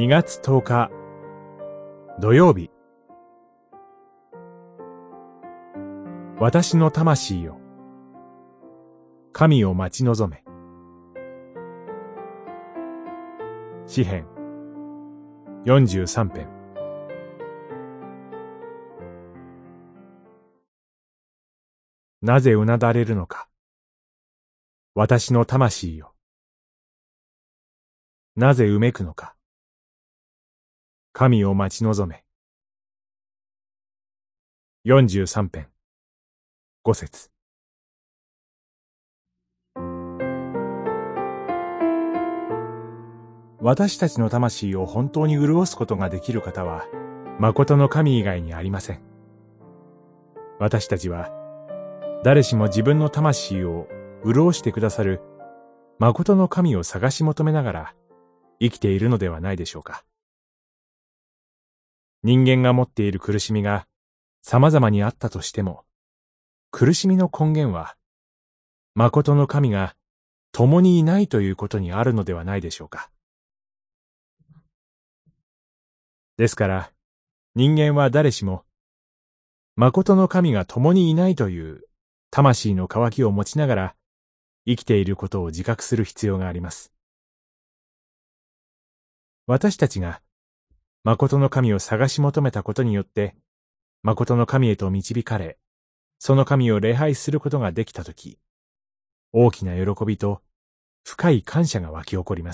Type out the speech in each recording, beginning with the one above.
2月10日土曜日。私の魂よ、神を待ち望め。詩編43編。なぜうなだれるのか、私の魂よ。なぜうめくのか、神を待ち望め。43編5節。私たちの魂を本当に潤すことができる方は、誠の神以外にありません。私たちは、誰しも自分の魂を潤してくださる誠の神を探し求めながら生きているのではないでしょうか。人間が持っている苦しみが様々にあったとしても、苦しみの根源は、誠の神が共にいないということにあるのではないでしょうか。ですから、人間は誰しも、誠の神が共にいないという魂の渇きを持ちながら生きていることを自覚する必要があります。私たちが誠の神を探し求めたことによって、誠の神へと導かれ、その神を礼拝することができたとき、大きな喜びと深い感謝が湧き起こります。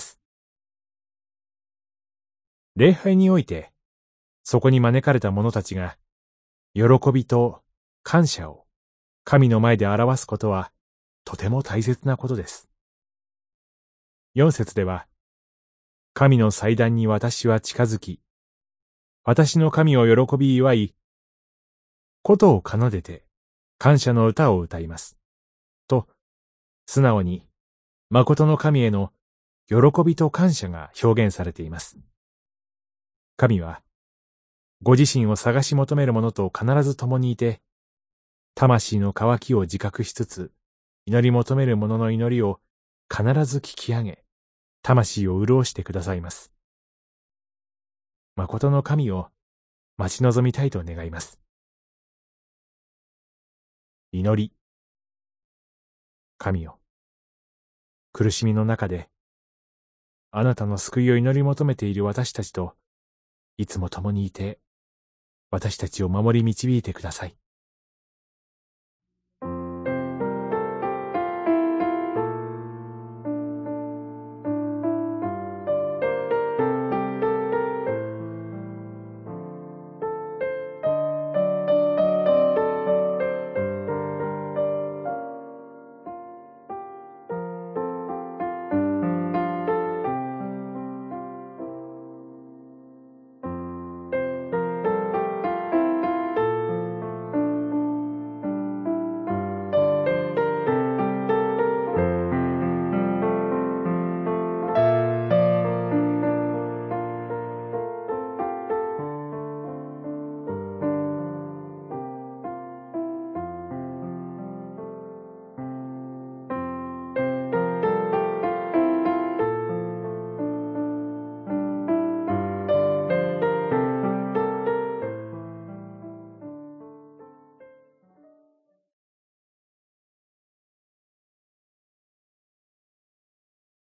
礼拝において、そこに招かれた者たちが、喜びと感謝を神の前で表すことは、とても大切なことです。4節では、神の祭壇に私は近づき、私の神を喜び祝い、琴を奏でて感謝の歌を歌います。と、素直に、誠の神への喜びと感謝が表現されています。神は、ご自身を探し求める者と必ず共にいて、魂の渇きを自覚しつつ、祈り求める者の祈りを必ず聞き上げ、魂を潤してくださいます。誠の神を待ち望みたいと願います。祈り。神よ、苦しみの中で、あなたの救いを祈り求めている私たちと、いつも共にいて、私たちを守り導いてください。